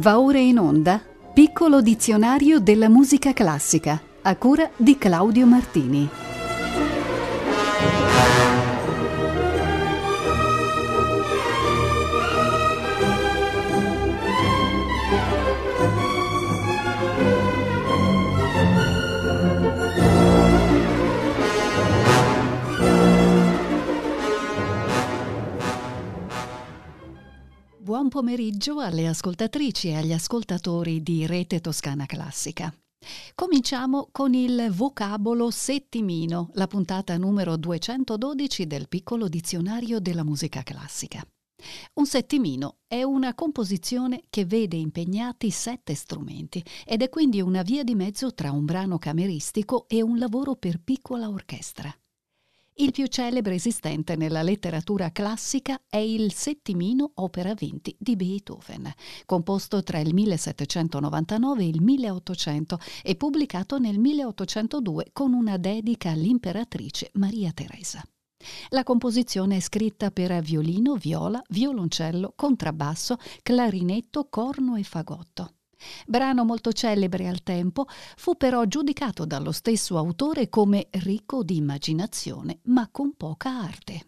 Va ora in onda Piccolo dizionario della musica classica, a cura di Claudio Martini. Buon pomeriggio alle ascoltatrici e agli ascoltatori di Rete Toscana Classica. Cominciamo con il vocabolo settimino, la puntata numero 212 del Piccolo dizionario della musica classica. Un settimino è una composizione che vede impegnati 7 strumenti ed è quindi una via di mezzo tra un brano cameristico e un lavoro per piccola orchestra. Il più celebre esistente nella letteratura classica è il Settimino opera 20 di Beethoven, composto tra il 1799 e il 1800 e pubblicato nel 1802 con una dedica all'imperatrice Maria Teresa. La composizione è scritta per violino, viola, violoncello, contrabbasso, clarinetto, corno e fagotto. Brano molto celebre al tempo, fu però giudicato dallo stesso autore come ricco di immaginazione, ma con poca arte.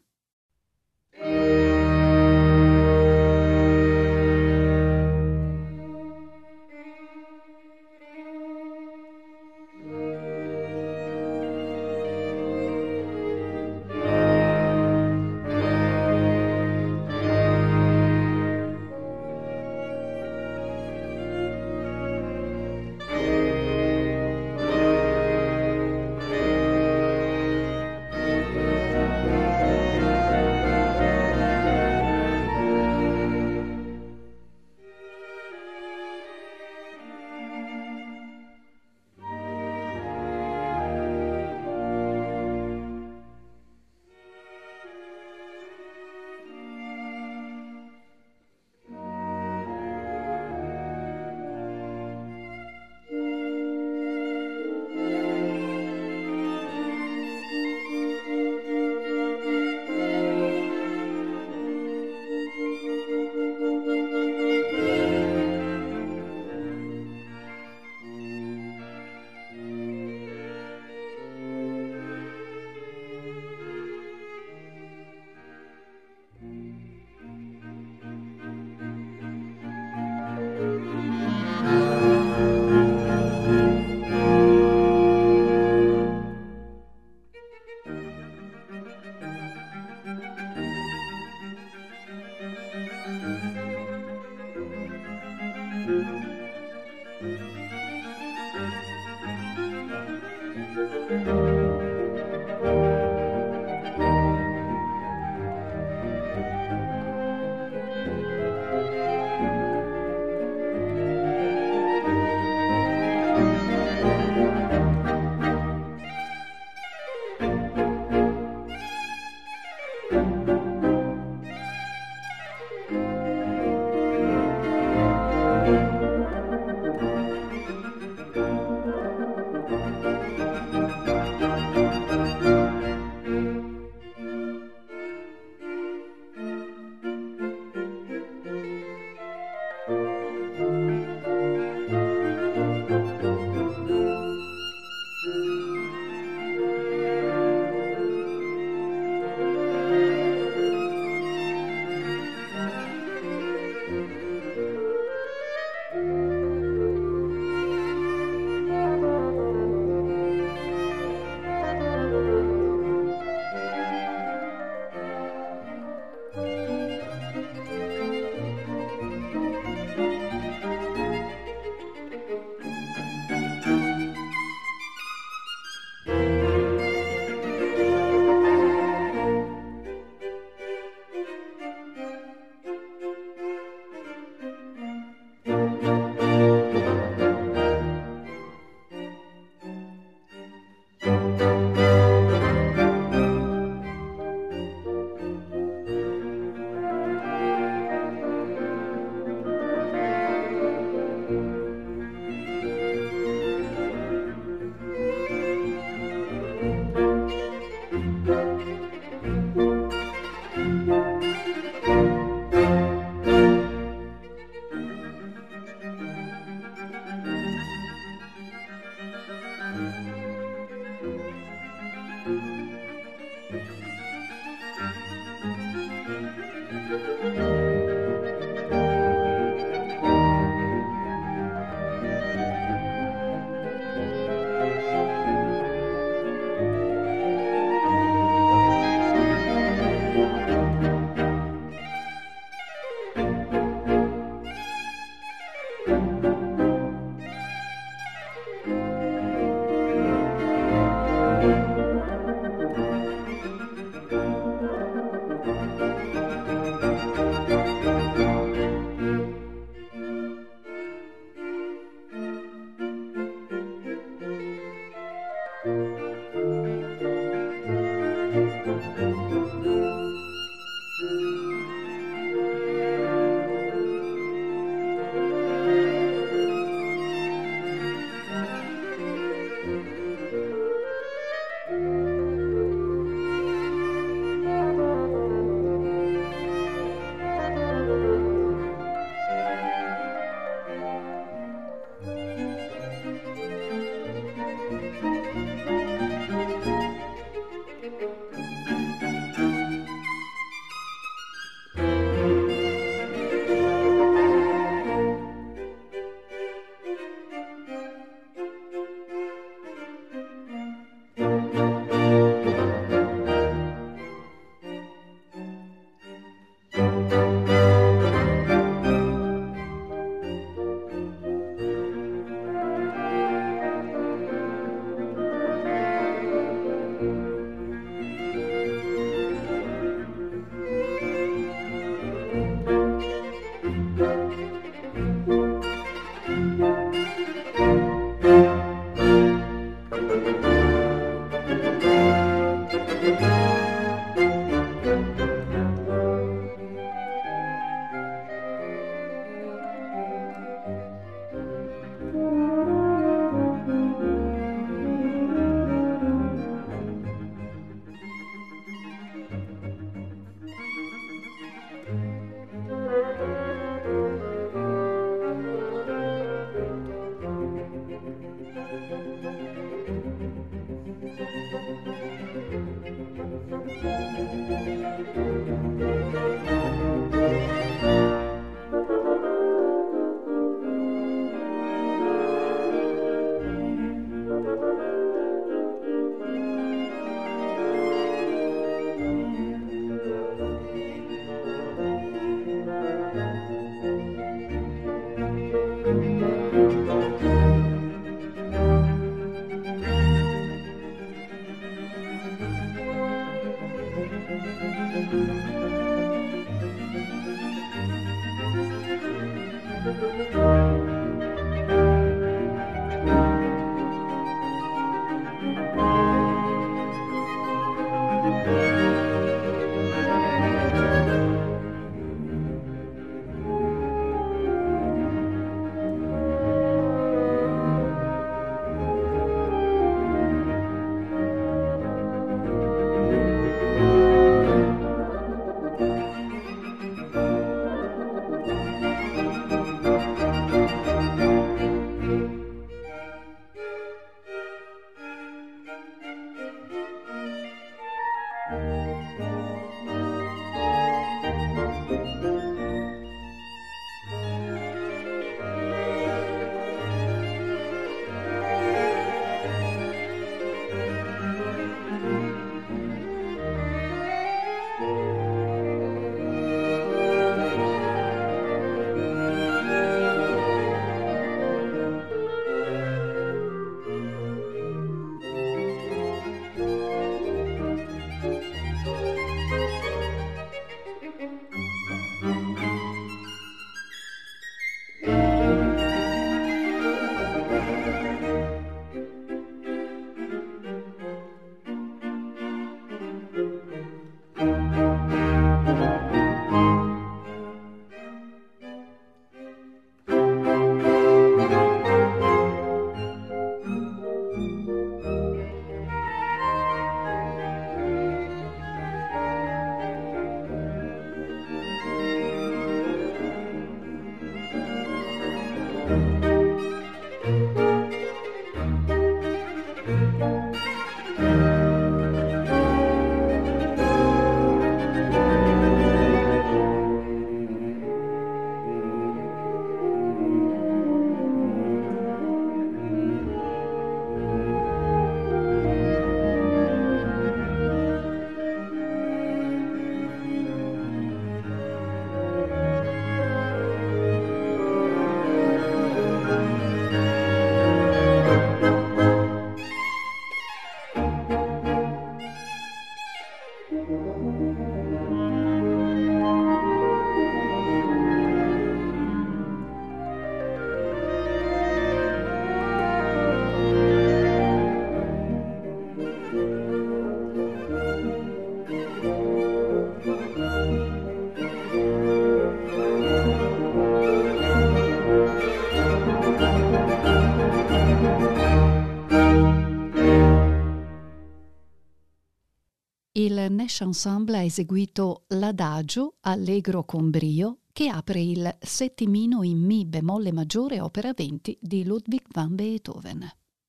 Il Nesh Ensemble ha eseguito l'Adagio allegro con brio che apre il settimino in Mi bemolle maggiore opera 20 di Ludwig van Beethoven.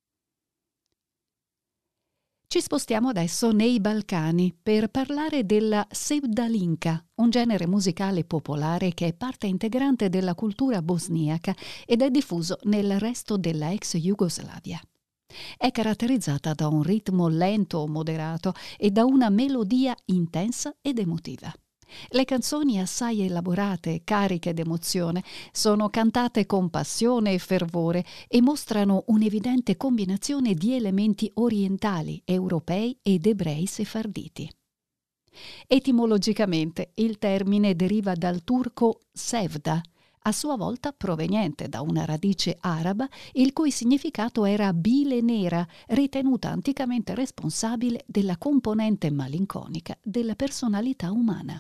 Ci spostiamo adesso nei Balcani per parlare della sevdalinka, un genere musicale popolare che è parte integrante della cultura bosniaca ed è diffuso nel resto della ex Jugoslavia. È caratterizzata da un ritmo lento o moderato e da una melodia intensa ed emotiva. Le canzoni assai elaborate, cariche d'emozione, sono cantate con passione e fervore e mostrano un'evidente combinazione di elementi orientali, europei ed ebrei sefarditi. Etimologicamente il termine deriva dal turco sevda, a sua volta proveniente da una radice araba, il cui significato era bile nera, ritenuta anticamente responsabile della componente malinconica della personalità umana.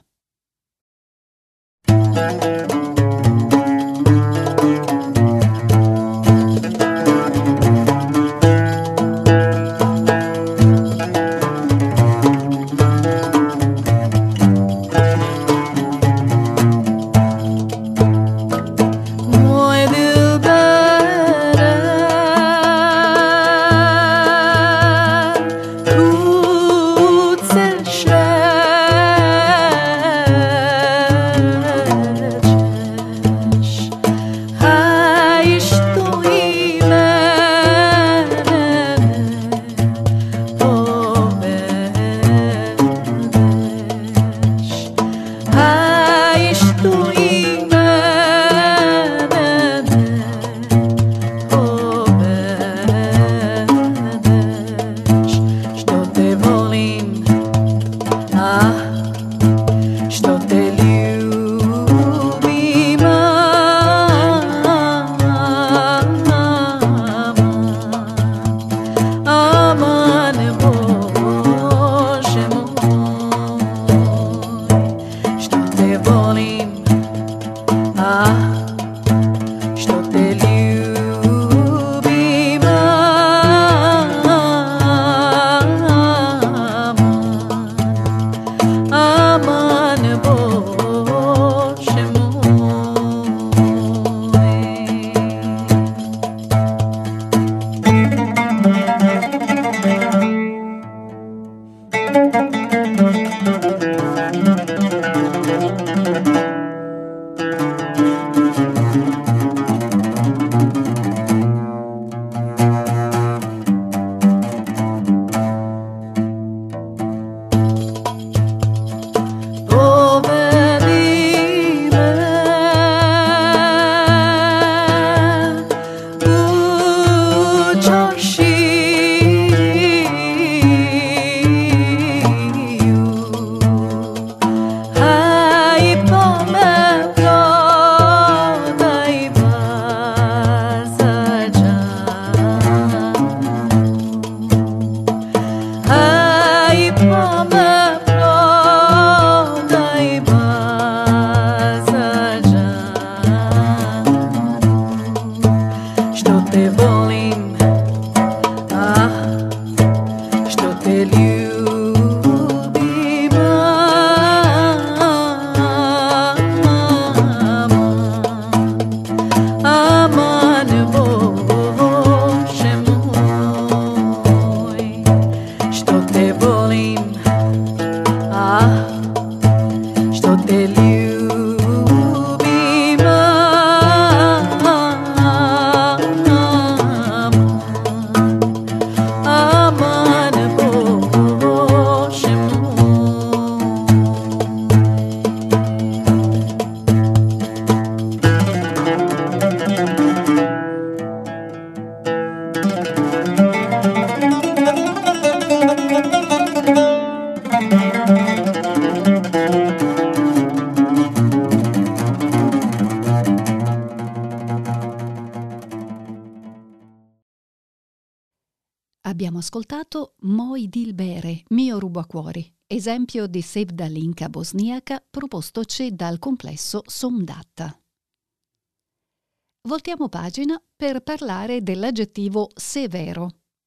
Abbiamo ascoltato Moj Dilbere, mio rubacuori, esempio di sevdalinka bosniaca propostoci dal complesso Somdata. Voltiamo pagina per parlare dell'aggettivo severo.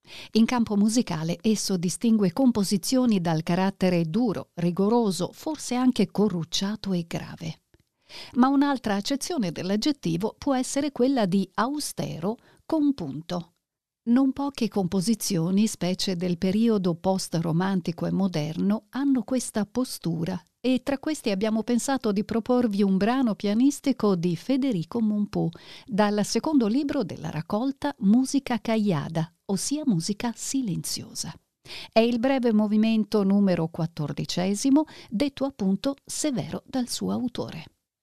In campo musicale esso distingue composizioni dal carattere duro, rigoroso, forse anche corrucciato e grave. Ma un'altra accezione dell'aggettivo può essere quella di austero compunto. Non poche composizioni, specie del periodo post-romantico e moderno, hanno questa postura e tra questi abbiamo pensato di proporvi un brano pianistico di Federico Mompou dal secondo libro della raccolta Musica Callada, ossia musica silenziosa. È il breve movimento numero 14, detto appunto severo dal suo autore.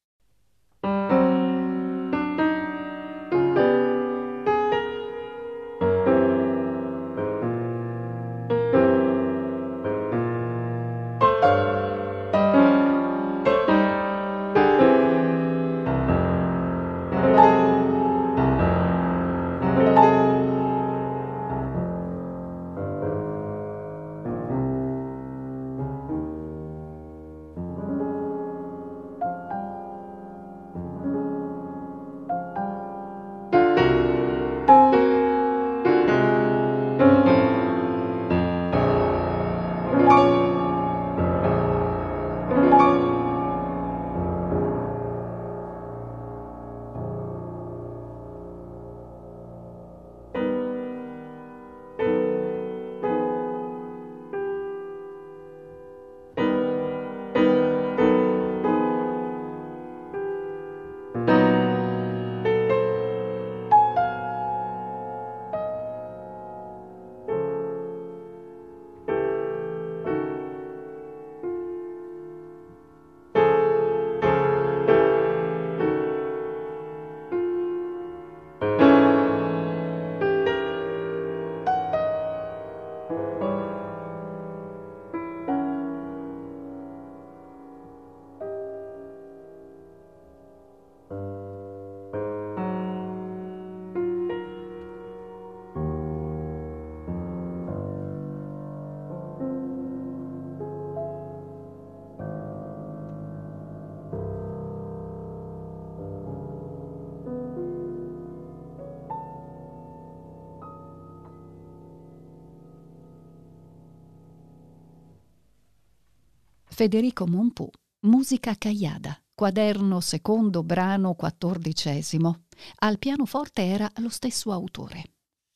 Federico Mompou, Musica Callada, quaderno secondo, brano 14. Al pianoforte era lo stesso autore.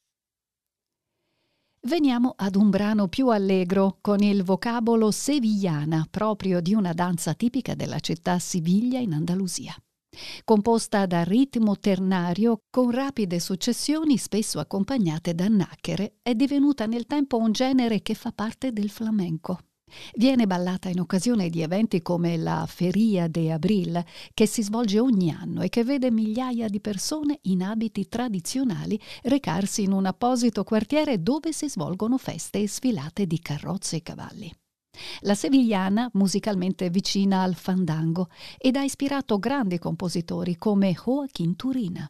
Veniamo ad un brano più allegro, con il vocabolo sevillana, proprio di una danza tipica della città Siviglia in Andalusia. Composta da ritmo ternario con rapide successioni spesso accompagnate da nacchere, è divenuta nel tempo un genere che fa parte del flamenco. Viene ballata in occasione di eventi come la Feria de Abril, che si svolge ogni anno e che vede migliaia di persone in abiti tradizionali recarsi in un apposito quartiere dove si svolgono feste e sfilate di carrozze e cavalli. La sevillana musicalmente vicina al fandango ed ha ispirato grandi compositori come Joaquín Turina.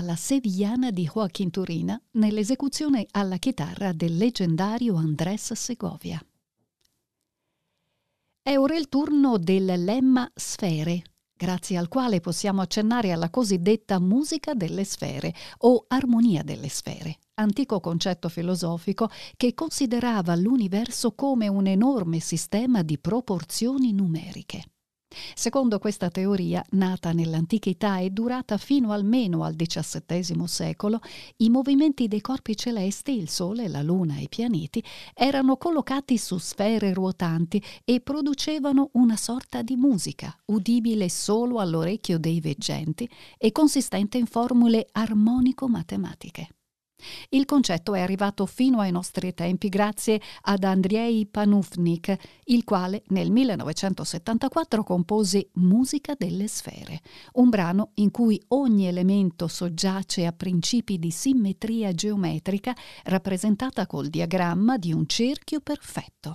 la Sevillana di Joaquín Turina nell'esecuzione alla chitarra del leggendario Andrés Segovia. È ora il turno del lemma Sfere, grazie al quale possiamo accennare alla cosiddetta musica delle sfere o armonia delle sfere, antico concetto filosofico che considerava l'universo come un enorme sistema di proporzioni numeriche. Secondo questa teoria, nata nell'antichità e durata fino almeno al XVII secolo, i movimenti dei corpi celesti, il Sole, la Luna e i pianeti, erano collocati su sfere ruotanti e producevano una sorta di musica, udibile solo all'orecchio dei veggenti e consistente in formule armonico-matematiche. Il concetto è arrivato fino ai nostri tempi grazie ad Andrzej Panufnik, il quale nel 1974 compose Musica delle sfere, un brano in cui ogni elemento soggiace a principi di simmetria geometrica rappresentata col diagramma di un cerchio perfetto.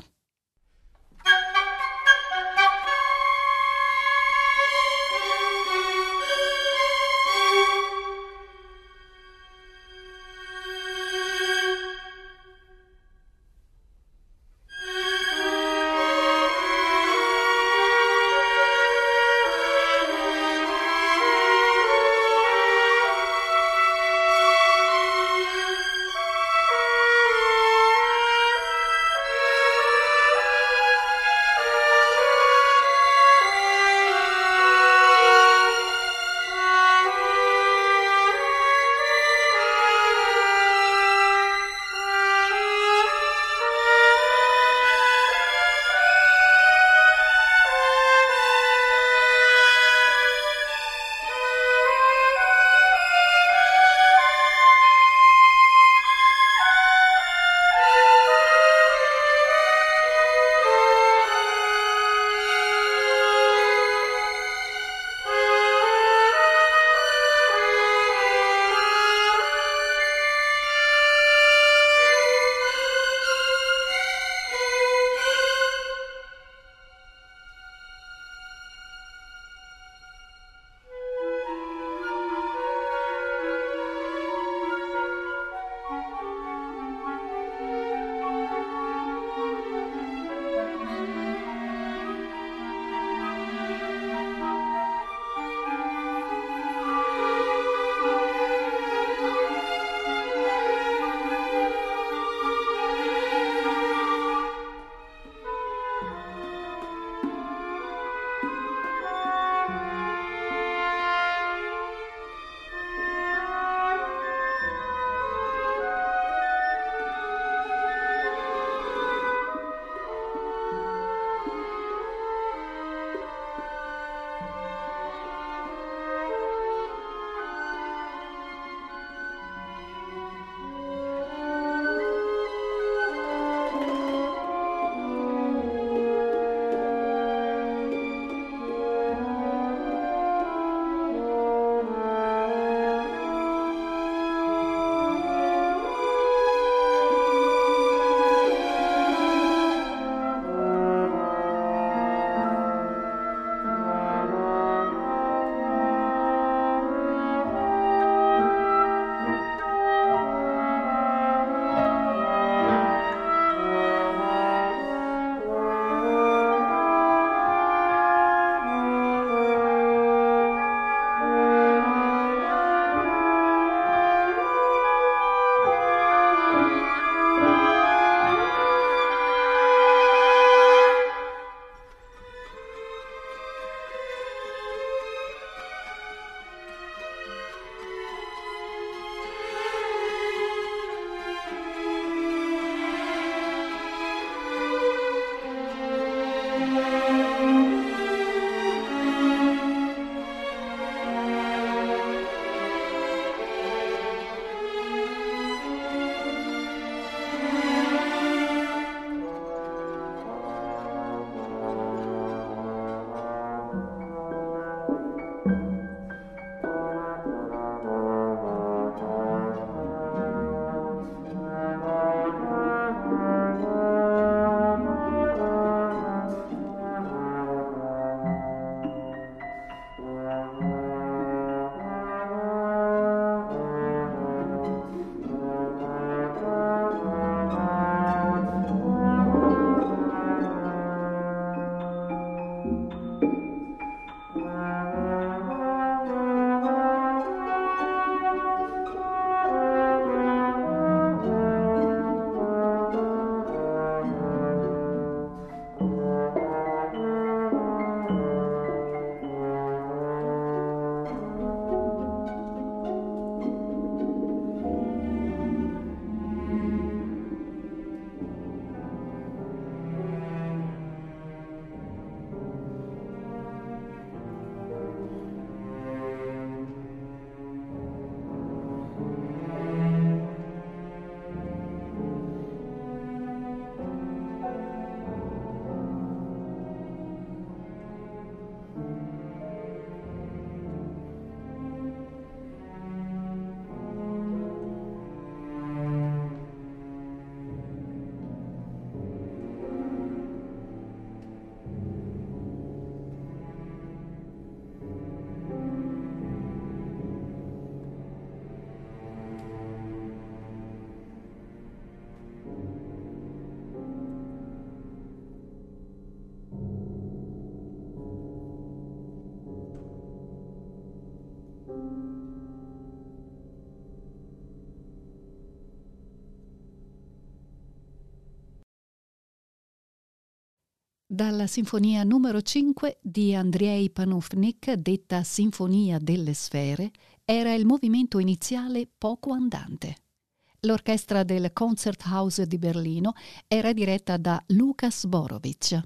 Dalla sinfonia numero 5 di Andrei Panufnik, detta Sinfonia delle Sfere, era il movimento iniziale poco andante. L'orchestra del Konzerthaus di Berlino era diretta da Lukas Borovic.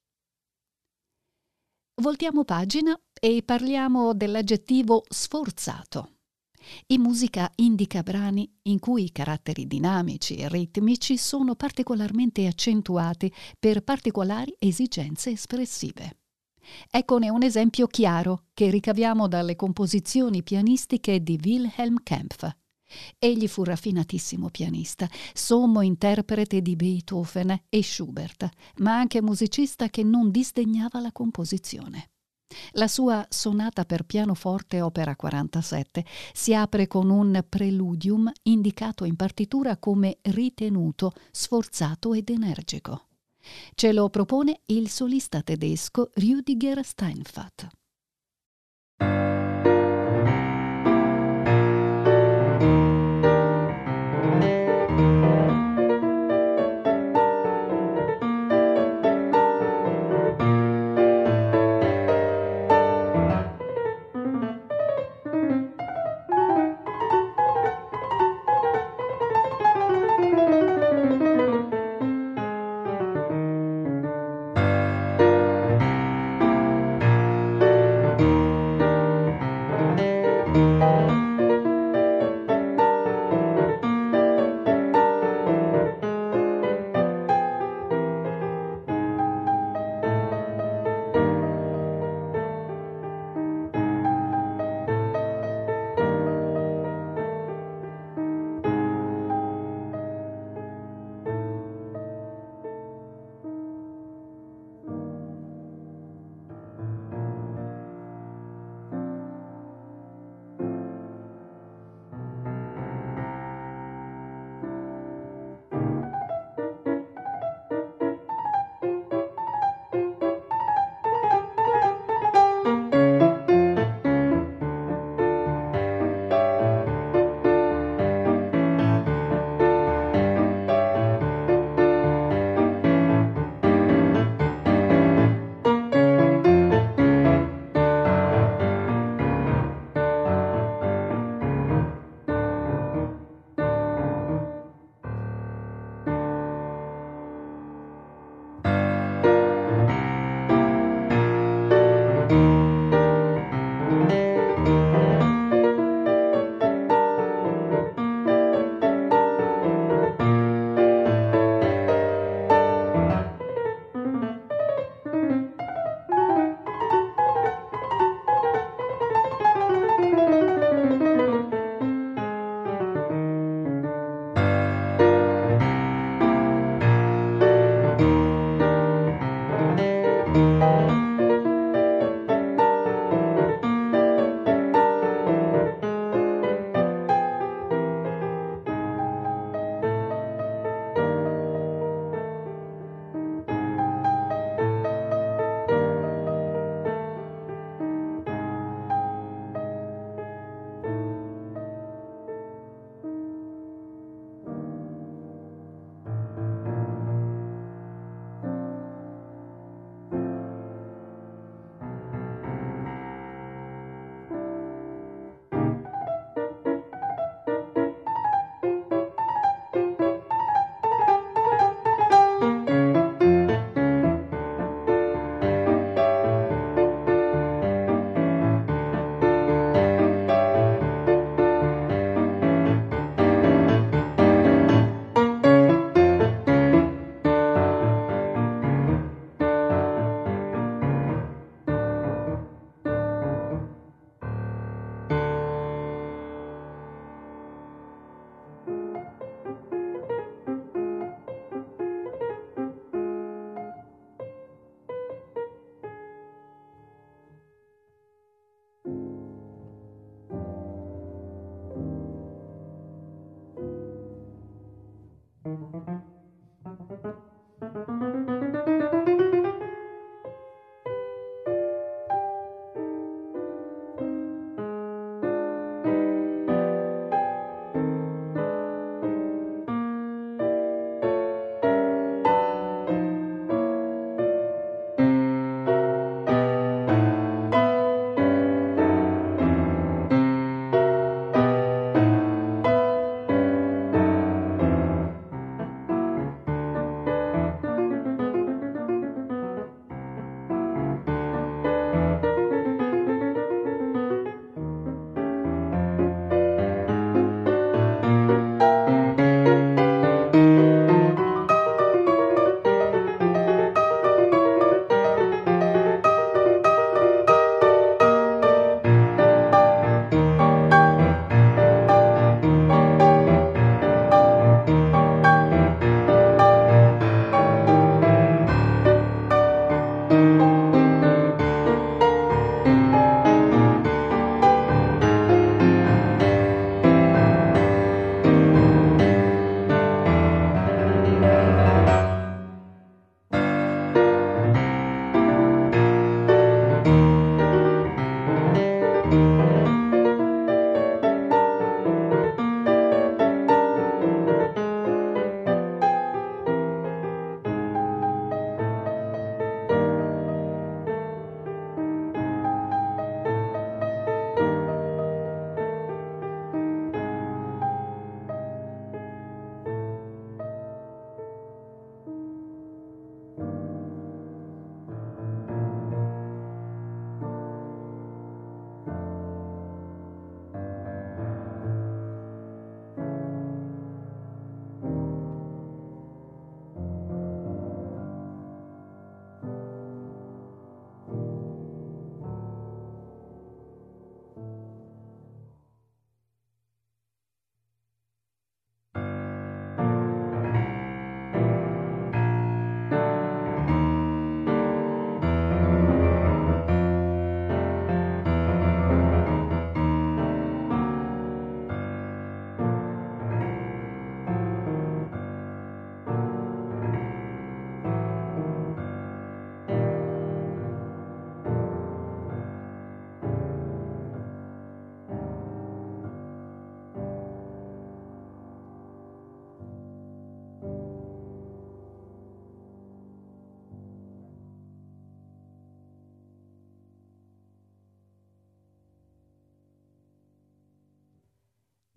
Voltiamo pagina e parliamo dell'aggettivo sforzato. In musica indica brani in cui i caratteri dinamici e ritmici sono particolarmente accentuati per particolari esigenze espressive. Eccone un esempio chiaro che ricaviamo dalle composizioni pianistiche di Wilhelm Kempff. Egli fu raffinatissimo pianista, sommo interprete di Beethoven e Schubert, ma anche musicista che non disdegnava la composizione. La sua sonata per pianoforte opera 47 si apre con un preludium indicato in partitura come ritenuto, sforzato ed energico. Ce lo propone il solista tedesco Rüdiger Steinfurt.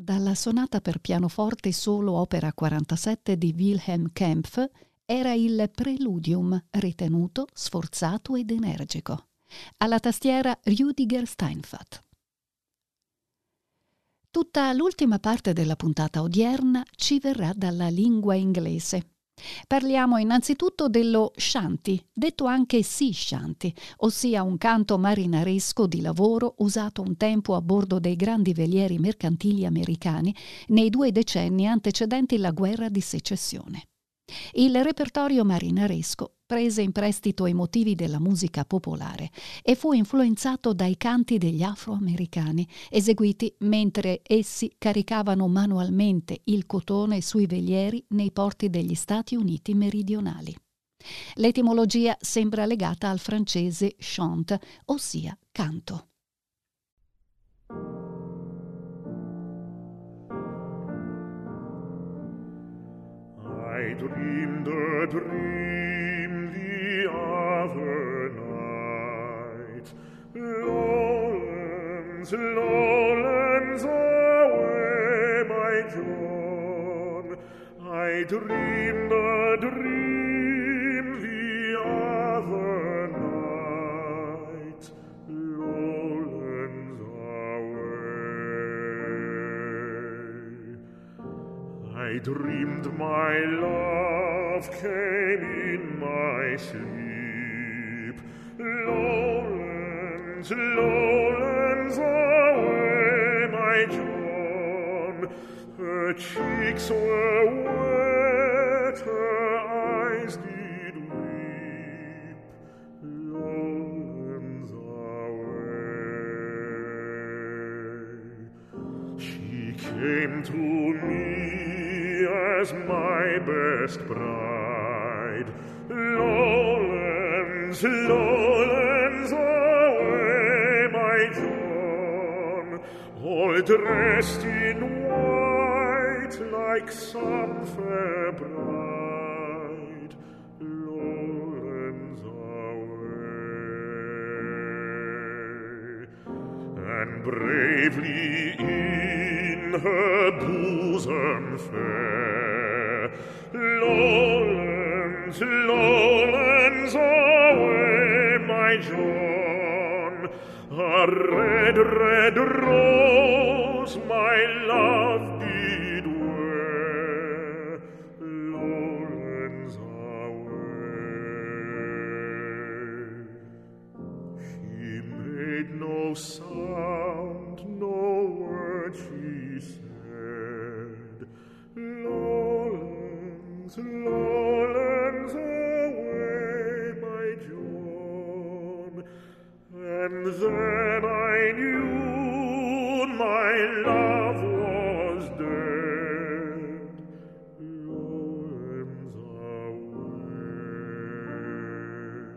dalla sonata per pianoforte solo opera 47 di Wilhelm Kempff era il preludium ritenuto sforzato ed energico. Alla tastiera Rüdiger Steinfatz. Tutta l'ultima parte della puntata odierna ci verrà dalla lingua inglese. Parliamo innanzitutto dello shanty, detto anche sea shanty, ossia un canto marinaresco di lavoro usato un tempo a bordo dei grandi velieri mercantili americani nei 2 decenni antecedenti la guerra di secessione. Il repertorio marinaresco prese in prestito i motivi della musica popolare e fu influenzato dai canti degli afroamericani, eseguiti mentre essi caricavano manualmente il cotone sui velieri nei porti degli Stati Uniti meridionali. L'etimologia sembra legata al francese chant, ossia canto. I dreamed a dream the other night. Lowlands, lowlands away, my John. I dreamed a dream the other night. Lowlands away. I dreamed my love came in my sleep. Lowlands, lowlands away, my John. Her cheeks were wet, her eyes did weep. Lowlands away. She came to me as my best bride. Lowlands, lowlands away, my John, all dressed in white like some fair bride. Lowlands away. And bravely in her bosom fair, lowlands, lowlands away, my John, a red, red rose my love did wear. Lowlands away. She made no sound, no word she said. Lowlands, lowlands away, my John. And then I knew my love was dead. Lowlands away.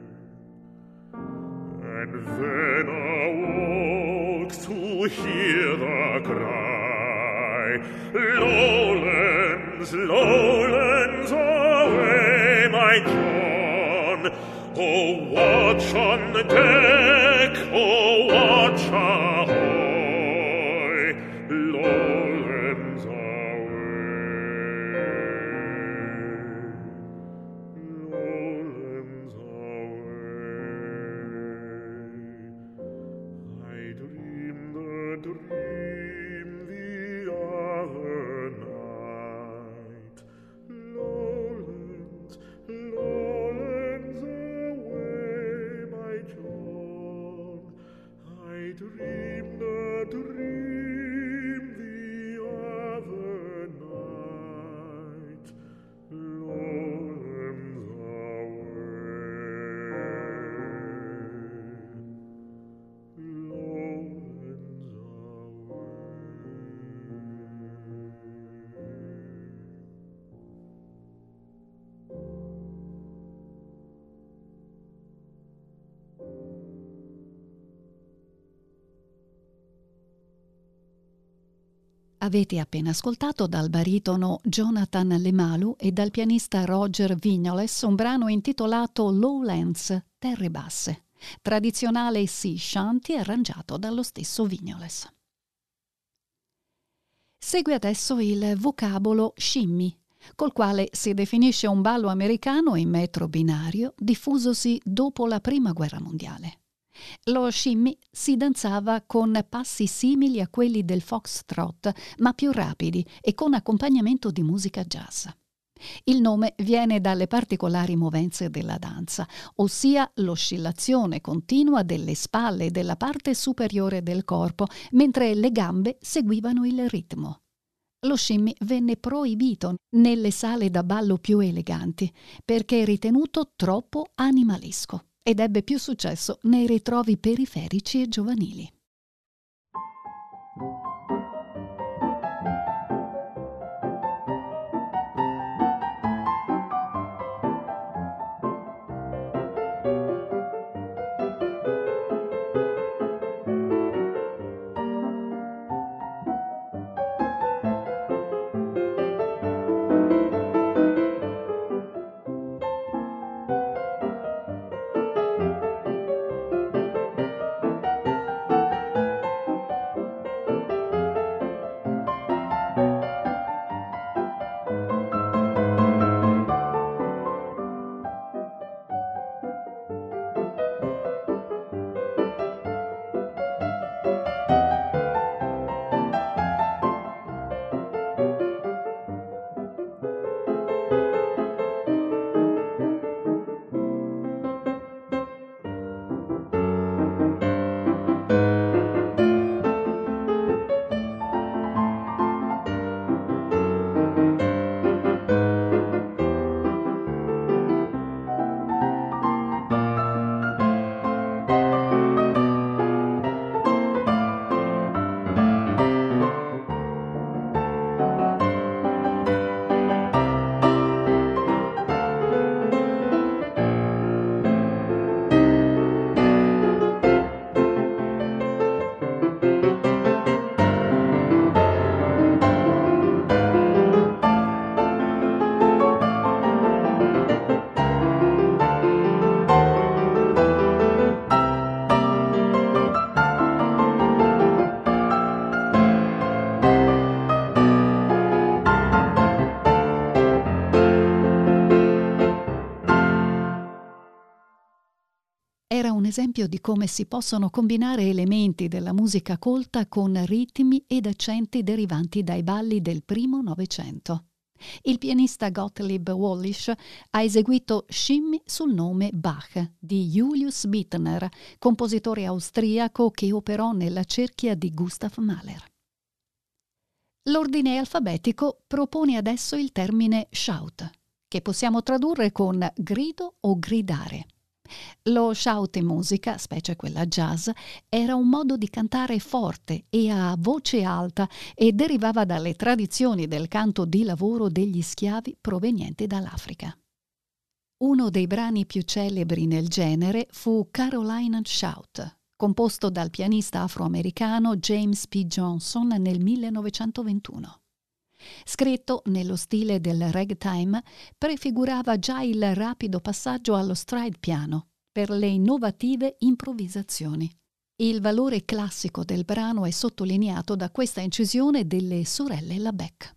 And then awoke to hear the cry. Lowlands, lowlands away, my John. Oh, watch on the deck, oh, watch ahoy. Lowlands away. Lowlands away. I dreamed a dream the other night. Lowlands, lowlands away, my John. I dreamed a dream the other night. Lowlands away. Lowlands Avete appena ascoltato dal baritono Jonathan Lemalu e dal pianista Roger Vignoles un brano intitolato Lowlands, Terre Basse, tradizionale sea shanty arrangiato dallo stesso Vignoles. Segue adesso il vocabolo shimmy, col quale si definisce un ballo americano in metro binario diffusosi dopo la Prima Guerra Mondiale. Lo shimmy si danzava con passi simili a quelli del foxtrot, ma più rapidi e con accompagnamento di musica jazz. Il nome viene dalle particolari movenze della danza, ossia l'oscillazione continua delle spalle e della parte superiore del corpo, mentre le gambe seguivano il ritmo. Lo shimmy venne proibito nelle sale da ballo più eleganti perché ritenuto troppo animalesco ed ebbe più successo nei ritrovi periferici e giovanili. Era un esempio di come si possono combinare elementi della musica colta con ritmi ed accenti derivanti dai balli del primo Novecento. Il pianista Gottlieb Wallisch ha eseguito Shimmy sul nome Bach di Julius Bittner, compositore austriaco che operò nella cerchia di Gustav Mahler. L'ordine alfabetico propone adesso il termine shout, che possiamo tradurre con grido o gridare. Lo shout in musica, specie quella jazz, era un modo di cantare forte e a voce alta e derivava dalle tradizioni del canto di lavoro degli schiavi provenienti dall'Africa. Uno dei brani più celebri nel genere fu Carolina Shout, composto dal pianista afroamericano James P. Johnson nel 1921. Scritto nello stile del ragtime, prefigurava già il rapido passaggio allo stride piano per le innovative improvvisazioni. Il valore classico del brano è sottolineato da questa incisione delle sorelle LaBeck.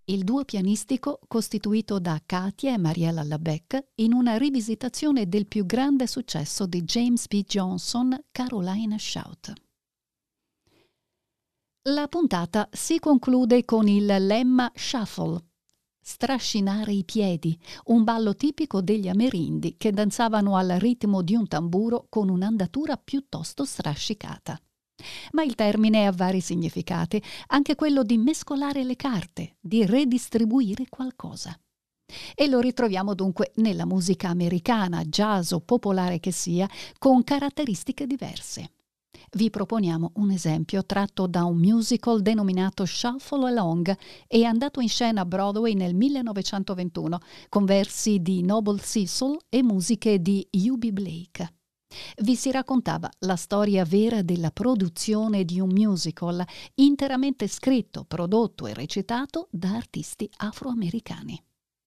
il duo pianistico costituito da Katia e Mariella Labec in una rivisitazione del più grande successo di James P. Johnson, Carolina Shout. La puntata si conclude con il lemma shuffle, strascinare i piedi, un ballo tipico degli amerindi che danzavano al ritmo di un tamburo con un'andatura piuttosto strascicata. Ma il termine ha vari significati, anche quello di mescolare le carte, di redistribuire qualcosa. E lo ritroviamo dunque nella musica americana, jazz o popolare che sia, con caratteristiche diverse. Vi proponiamo un esempio tratto da un musical denominato Shuffle Along e andato in scena a Broadway nel 1921, con versi di Noble Cecil e musiche di U.B. Blake. Vi si raccontava la storia vera della produzione di un musical interamente scritto, prodotto e recitato da artisti afroamericani.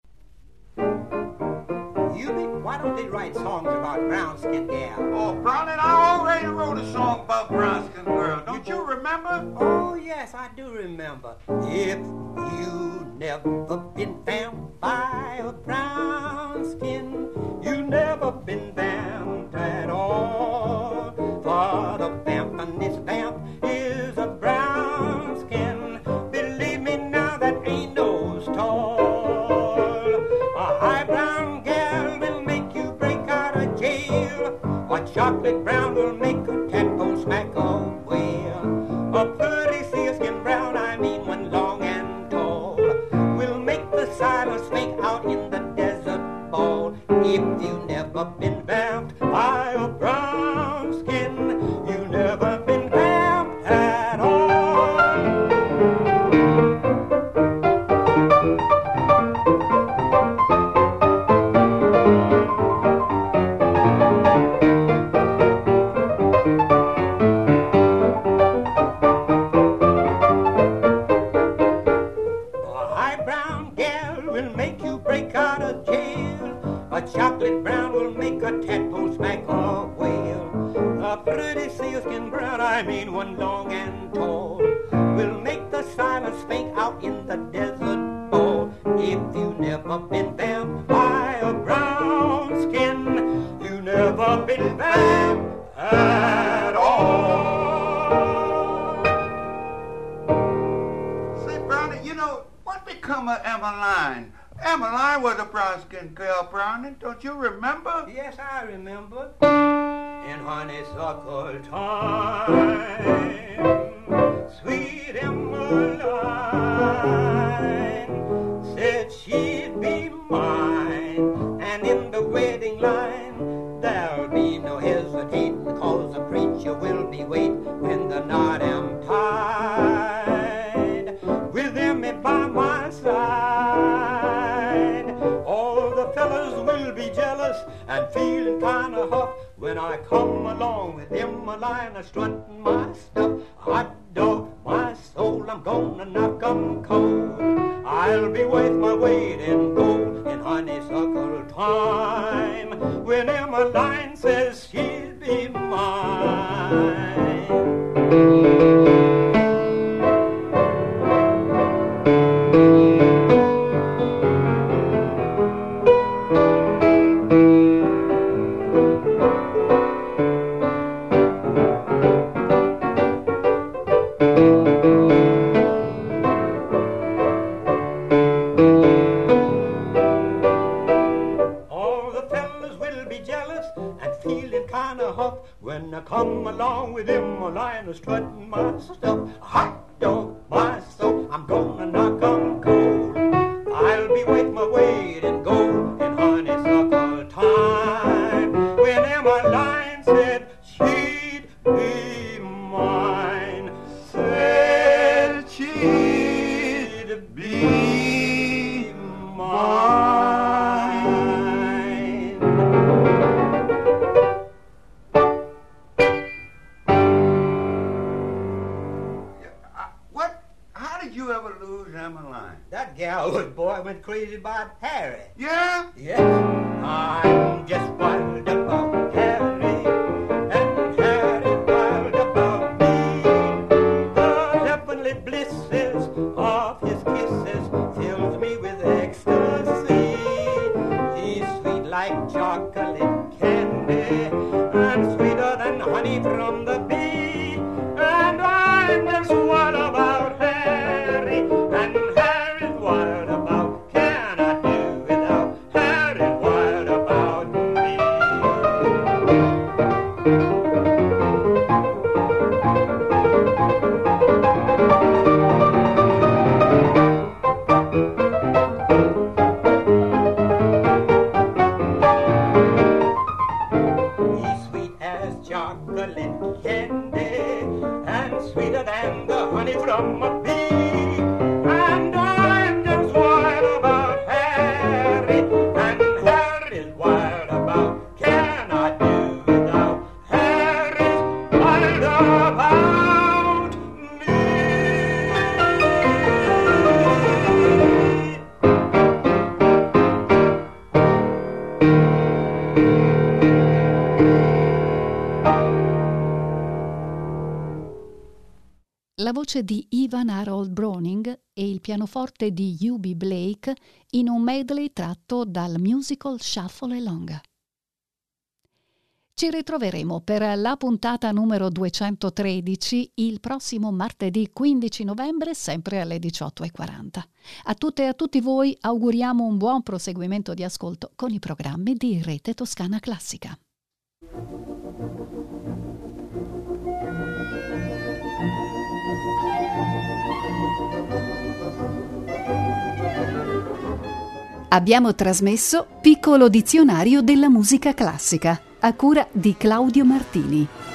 Why don't they write songs about brown-skinned gals? Oh, Brownie, I already wrote a song about brown-skinned girl. Don't you remember? Oh, yes, I do remember. If you never been vamped by a brown skin, you never been vamped at all. For the vampinest vamp is a brown skin. Believe me now, that ain't no tall. A high brown gal will make you break out of jail. A chocolate brown will make a tadpole smack a whale. A pretty sealskin brown, I mean one long and tall, will make the silent snake out in the desert ball. If you never been vamped by a brown skin, you never been vamped at all. Chocolate brown will make a tadpole smack a whale. A pretty sealskin brown, I mean one long and tall, will make the silent snake out in the desert ball. If you never been vamped by a brown skin, you never been vamped at all. Say, Brownie, you know, what become of Emmeline? Emmeline was a brown-skinned girl, Brownie. Don't you remember? Yes, I remember. In honeysuckle time, sweet Emmeline said she'd be mine, and in the wedding line there'll be no hesitating, 'cause the preacher will be waiting when the knot am tied, with Emmy by my side. All the fellas will be jealous and feeling kind of huff when I come along with Emmeline strutting my stuff. Hot dog, my soul, I'm gonna knock 'em cold. I'll be worth my weight in gold in honeysuckle time, when Emmeline says she'll be mine. When I come along with Emmeline strutting my stuff, hot dog, my soul, I'm gonna knock 'em cold. I'll be worth my weight in gold in honeysuckle time, when Emmeline said she'd be mine, said she'd be mine. Emmeline? That gal, boy, went crazy about Harry. Yeah? Yes. I'm just wild about Harry, and Harry wild about me. The heavenly blisses of his kisses fill like chocolate candy, and sweeter than honey from the bee. And I'm just wild about Harry, and Harry's wild about, can I do without Harry's wild about me? He's sweet as chocolate candy, and sweeter than the honey from a bee. And I'm just wild about Harry, and Harry's wild about, can I do without Harry's wild about me? La voce di Ivan Harold Browning e il pianoforte di U.B. Blake in un medley tratto dal musical Shuffle Along. Ci ritroveremo per la puntata numero 213 il prossimo martedì 15 novembre, sempre alle 18:40. A tutte e a tutti voi auguriamo un buon proseguimento di ascolto con i programmi di Rete Toscana Classica. Abbiamo trasmesso Piccolo dizionario della musica classica, a cura di Claudio Martini.